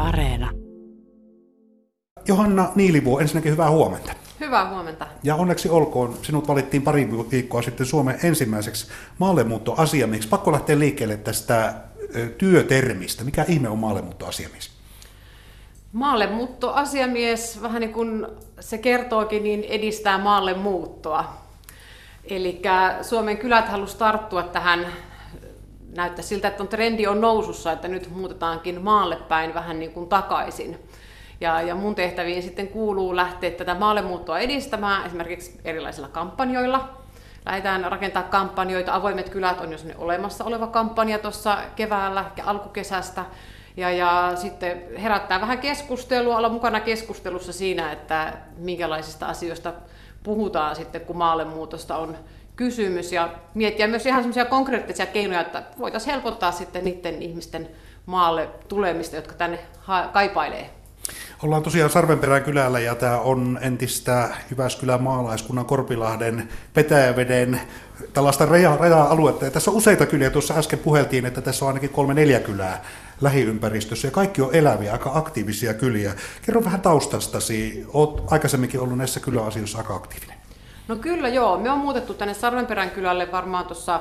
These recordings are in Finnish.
Areena. Johanna Niilivuo, ensinnäkin hyvää huomenta. Hyvää huomenta. Ja onneksi olkoon, sinut valittiin pari viikkoa sitten Suomen ensimmäiseksi maallemuuttoasiamieheksi. Pakko lähteä liikkeelle tästä työtermistä. Mikä ihme on maallemuuttoasiamies? Maallemuuttoasiamies, vähän niin kuin se kertookin, niin edistää maallemuuttoa. Eli Suomen kylät halusi tarttua tähän, näyttää siltä, että trendi on nousussa, että nyt muutetaankin maalle päin vähän niin kuin takaisin. Ja mun tehtäviin sitten kuuluu lähteä tätä maallemuuttoa edistämään esimerkiksi erilaisilla kampanjoilla. Lähdetään rakentamaan kampanjoita. Avoimet kylät on jo olemassa oleva kampanja tuossa keväällä ja alkukesästä. Ja sitten herättää vähän keskustelua, olla mukana keskustelussa siinä, että minkälaisista asioista puhutaan sitten, kun maallemuutosta on kysymys. Ja miettiä myös ihan semmoisia konkreettisia keinoja, että voitaisiin helpottaa sitten niiden ihmisten maalle tulemista, jotka tänne kaipailee. Ollaan tosiaan Sarvenperän kylällä ja tämä on entistä Jyväskylän maalaiskunnan Korpilahden Petäjäveden tällaista raja-aluetta. Ja tässä on useita kyliä. Tuossa äsken puheltiin, että tässä on ainakin 3-4 kylää lähiympäristössä ja kaikki on eläviä, aika aktiivisia kyliä. Kerro vähän taustastasi. Olet aikaisemminkin ollut näissä kyläasioissa aika aktiivinen. No kyllä joo. Me on muutettu tänne Sarvenperän kylälle varmaan tuossa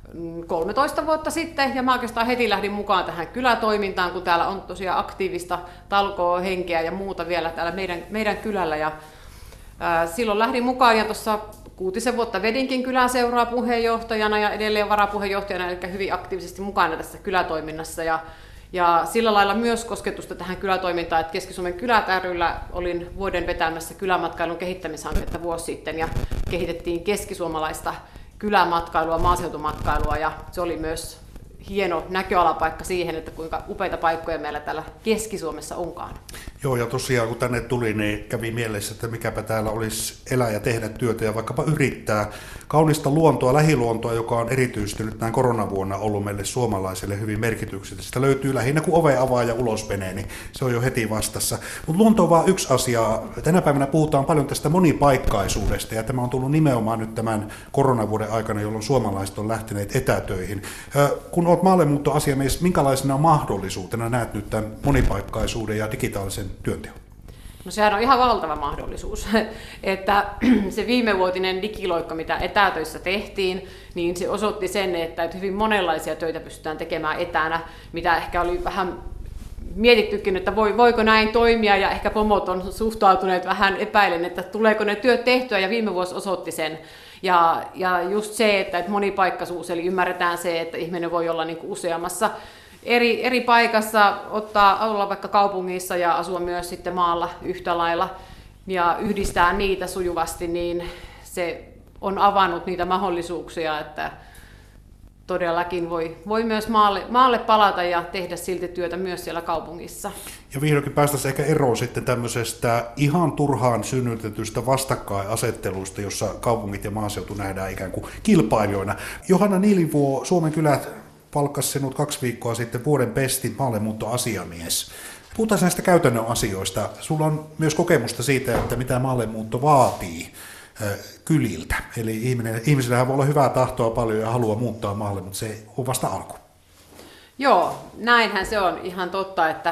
13 vuotta sitten, ja mä oikeastaan heti lähdin mukaan tähän kylätoimintaan, kun täällä on tosiaan aktiivista talkoohenkeä ja muuta vielä täällä meidän kylällä. Ja silloin lähdin mukaan, ja tuossa 6 vuotta vedinkin kyläseuraa puheenjohtajana ja edelleen varapuheenjohtajana, eli hyvin aktiivisesti mukana tässä kylätoiminnassa. Ja sillä lailla myös kosketusta tähän kylätoimintaan, että Keski-Suomen Kylät ry:llä olin vuoden vetämässä kylämatkailun kehittämishanketta vuosi sitten, ja kehitettiin keskisuomalaista kylämatkailua, maaseutumatkailua, ja se oli myös hieno näköalapaikka siihen, että kuinka upeita paikkoja meillä täällä Keski-Suomessa onkaan. Joo, ja tosiaan kun tänne tuli, niin kävi mielessä, että mikäpä täällä olisi elää ja tehdä työtä ja vaikkapa yrittää kaunista luontoa, lähiluontoa, joka on erityistynyt näin koronavuonna ollut meille suomalaisille hyvin merkityksellistä. Sitä löytyy lähinnä, kun ove avaa ja ulos menee, niin se on jo heti vastassa. Mutta luonto on vaan yksi asia. Tänä päivänä puhutaan paljon tästä monipaikkaisuudesta, ja tämä on tullut nimenomaan nyt tämän koronavuoden aikana, jolloin suomalaiset on lähteneet etätöihin. Kun olet maallemuuttoasiamies, minkälaisena mahdollisuutena näet nyt tämän monipaikkaisuuden ja digitaalisen työnteon? No sehän on ihan valtava mahdollisuus, että se viimevuotinen digiloikka, mitä etätöissä tehtiin, niin se osoitti sen, että hyvin monenlaisia töitä pystytään tekemään etänä, mitä ehkä oli vähän mietittykin, että voiko näin toimia, ja ehkä pomot on suhtautuneet vähän epäilen, että tuleeko ne työt tehtyä, ja viime vuosi osoitti sen. Ja just se, että monipaikkaisuus, eli ymmärretään se, että ihminen voi olla niin kuin useammassa eri paikassa, olla vaikka kaupungissa ja asua myös sitten maalla yhtä lailla ja yhdistää niitä sujuvasti, niin se on avannut niitä mahdollisuuksia, että todellakin voi myös maalle palata ja tehdä silti työtä myös siellä kaupungissa. Ja vihdoinkin päästäisiin ehkä eroon sitten tämmöisestä ihan turhaan synnytetystä vastakkainasettelusta, jossa kaupungit ja maaseutu nähdään ikään kuin kilpailijoina. Johanna Niilivuo, Suomen kylät palkkasi sinut 2 viikkoa sitten vuoden bestin maallemuuttoasiamies. Puhutaan näistä käytännön asioista. Sulla on myös kokemusta siitä, että mitä maallemuutto vaatii kyliltä. Eli ihmisillähän voi olla hyvää tahtoa paljon ja halua muuttaa maalle, mutta se on vasta alku. Joo, näinhän se on ihan totta, että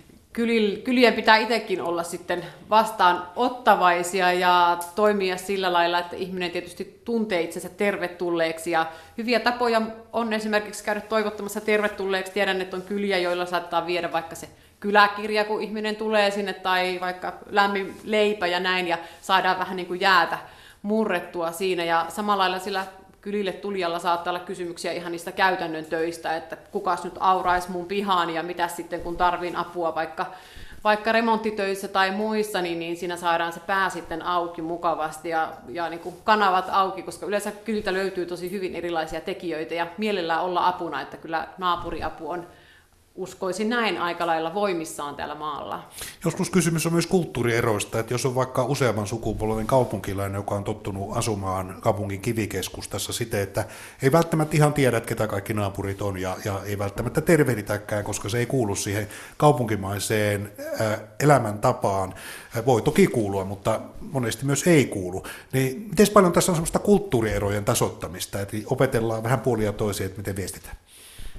kylien pitää itsekin olla sitten vastaanottavaisia ja toimia sillä lailla, että ihminen tietysti tuntee itsensä tervetulleeksi. Ja hyviä tapoja on esimerkiksi käydä toivottamassa tervetulleeksi. Tiedän, että on kyliä, joilla saattaa viedä vaikka se kyläkirja, kun ihminen tulee sinne, tai vaikka lämmin leipä ja näin, ja saadaan vähän niin kuin jäätä murrettua siinä. Ja samalla lailla sillä kylille tulijalla saattaa olla kysymyksiä ihan niistä käytännön töistä, että kukas nyt auraisi mun pihaan ja mitä sitten kun tarvin apua vaikka remonttitöissä tai muissa, niin siinä saadaan se pää sitten auki mukavasti ja niin kuin kanavat auki, koska yleensä kyliltä löytyy tosi hyvin erilaisia tekijöitä ja mielellään olla apuna, että kyllä naapuriapu on, uskoisin näin, aika lailla voimissaan täällä maalla. Joskus kysymys on myös kulttuurieroista, että jos on vaikka useamman sukupolven kaupunkilainen, joka on tottunut asumaan kaupungin kivikeskustassa siten, että ei välttämättä ihan tiedä, että ketä kaikki naapurit on ja ei välttämättä tervehditäkään, koska se ei kuulu siihen kaupunkimaiseen elämäntapaan. Voi toki kuulua, mutta monesti myös ei kuulu. Niin miten paljon tässä on sellaista kulttuurierojen tasoittamista, että opetellaan vähän puolia toisia, että miten viestitään?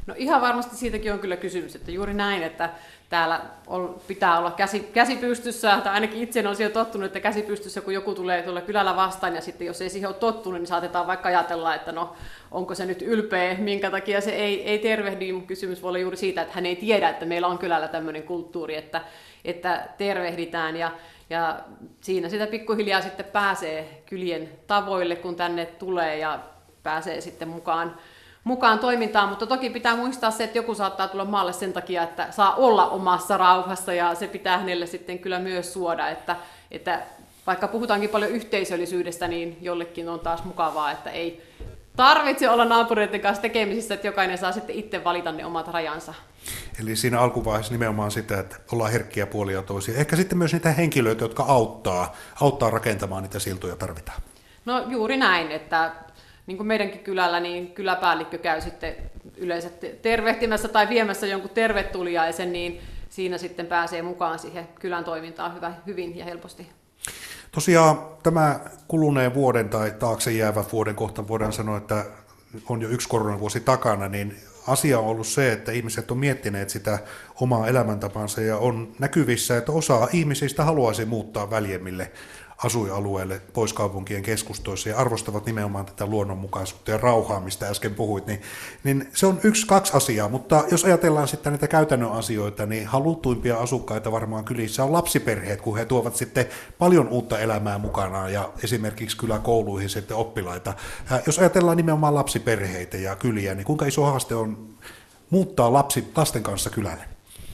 No ihan varmasti siitäkin on kyllä kysymys, että juuri näin, että täällä pitää olla käsi pystyssä, tai ainakin itse on siihen tottunut, että käsi pystyssä, kun joku tulee tuolla kylällä vastaan, ja sitten jos ei siihen ole tottunut, niin saatetaan vaikka ajatella, että no, onko se nyt ylpeä, minkä takia se ei tervehdi, mutta kysymys voi olla juuri siitä, että hän ei tiedä, että meillä on kylällä tämmöinen kulttuuri, että tervehditään, ja siinä sitä pikkuhiljaa sitten pääsee kylien tavoille, kun tänne tulee, ja pääsee sitten mukaan toimintaan, mutta toki pitää muistaa se, että joku saattaa tulla maalle sen takia, että saa olla omassa rauhassa, ja se pitää hänelle sitten kyllä myös suoda, että vaikka puhutaankin paljon yhteisöllisyydestä, niin jollekin on taas mukavaa, että ei tarvitse olla naapureiden kanssa tekemisissä, että jokainen saa sitten itse valita ne omat rajansa. Eli siinä alkuvaiheessa nimenomaan sitä, että ollaan herkkiä puolia toisia. Ehkä sitten myös niitä henkilöitä, jotka auttaa rakentamaan niitä siltoja tarvitaan. No juuri näin, että niin kuin meidänkin kylällä, niin kyläpäällikkö käy sitten yleensä tervehtimässä tai viemässä jonkun tervetuliaisen, niin siinä sitten pääsee mukaan siihen kylän toimintaan hyvin ja helposti. Tosiaan tämä kuluneen vuoden tai taakse jäävä vuoden kohta voidaan sanoa, että on jo yksi koronavuosi takana, niin asia on ollut se, että ihmiset on miettineet sitä omaa elämäntapansa ja on näkyvissä, että osa ihmisistä haluaisi muuttaa väljemmille asuinalueelle pois kaupunkien keskustoissa ja arvostavat nimenomaan tätä luonnonmukaisuutta ja rauhaa, mistä äsken puhuit, niin se on kaksi asiaa, mutta jos ajatellaan sitten näitä käytännön asioita, niin halutuimpia asukkaita varmaan kylissä on lapsiperheet, kun he tuovat sitten paljon uutta elämää mukanaan ja esimerkiksi kyläkouluihin sitten oppilaita. Jos ajatellaan nimenomaan lapsiperheitä ja kyliä, niin kuinka iso haaste on muuttaa lasten kanssa kylälle?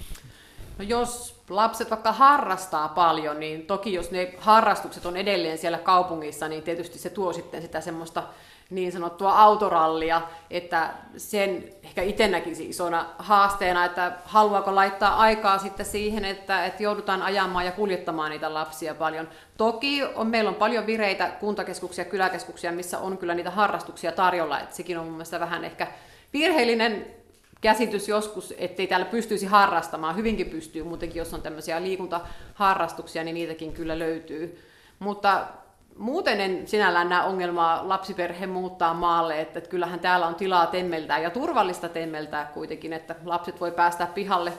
No jos lapset vaikka harrastaa paljon, niin toki jos ne harrastukset on edelleen siellä kaupungissa, niin tietysti se tuo sitten sitä semmoista niin sanottua autorallia, että sen ehkä itse näkisi isona haasteena, että haluaako laittaa aikaa sitten siihen, että joudutaan ajamaan ja kuljettamaan niitä lapsia paljon. Toki meillä on paljon vireitä kuntakeskuksia, kyläkeskuksia, missä on kyllä niitä harrastuksia tarjolla, että sekin on mun mielestä vähän ehkä virheellinen käsitys joskus, ettei täällä pystyisi harrastamaan. Hyvinkin pystyy, muutenkin jos on tämmöisiä liikuntaharrastuksia, niin niitäkin kyllä löytyy. Mutta muuten en sinällään näe ongelmaa lapsiperhe muuttaa maalle, että kyllähän täällä on tilaa temmeltää ja turvallista temmeltää kuitenkin, että lapset voi päästä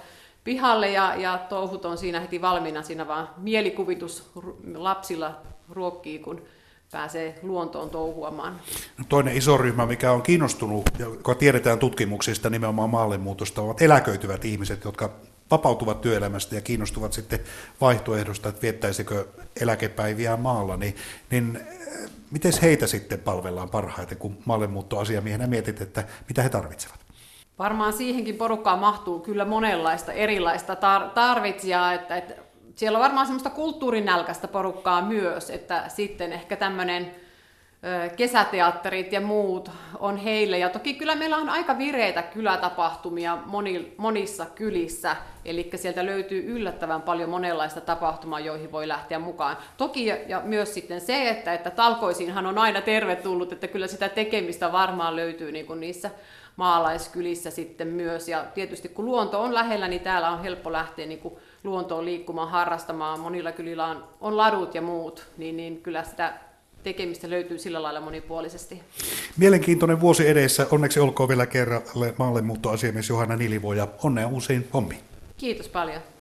pihalle ja touhut on siinä heti valmiina, siinä vaan mielikuvitus lapsilla ruokkii, kun pääsee luontoon touhuamaan. Toinen iso ryhmä, mikä on kiinnostunut, joka tiedetään tutkimuksista nimenomaan maallemuutosta, ovat eläköityvät ihmiset, jotka vapautuvat työelämästä ja kiinnostuvat sitten vaihtoehdosta, että viettäisikö eläkepäiviä maalla, niin miten heitä sitten palvellaan parhaiten, kun maallemuuttoasiamiehenä mietit, että mitä he tarvitsevat? Varmaan siihenkin porukkaan mahtuu kyllä monenlaista erilaista tarvitsijaa, että siellä on varmaan semmoista kulttuurinälkäistä porukkaa myös, että sitten ehkä tämmöinen kesäteatterit ja muut on heille. Ja toki kyllä meillä on aika vireitä kylätapahtumia monissa kylissä, eli sieltä löytyy yllättävän paljon monenlaista tapahtumaa, joihin voi lähteä mukaan. Toki ja myös sitten se, että talkoisiinhan on aina tervetullut, että kyllä sitä tekemistä varmaan löytyy niin kuin niissä maalaiskylissä sitten myös. Ja tietysti kun luonto on lähellä, niin täällä on helppo lähteä niin kuin luontoon liikkumaan, harrastamaan. Monilla kylillä on ladut ja muut, niin kyllä sitä tekemistä löytyy sillä lailla monipuolisesti. Mielenkiintoinen vuosi edessä. Onneksi olkoon vielä kerran maallemuuttoasiamies Johanna Nilivo ja onnea uusiin hommiin. Kiitos paljon.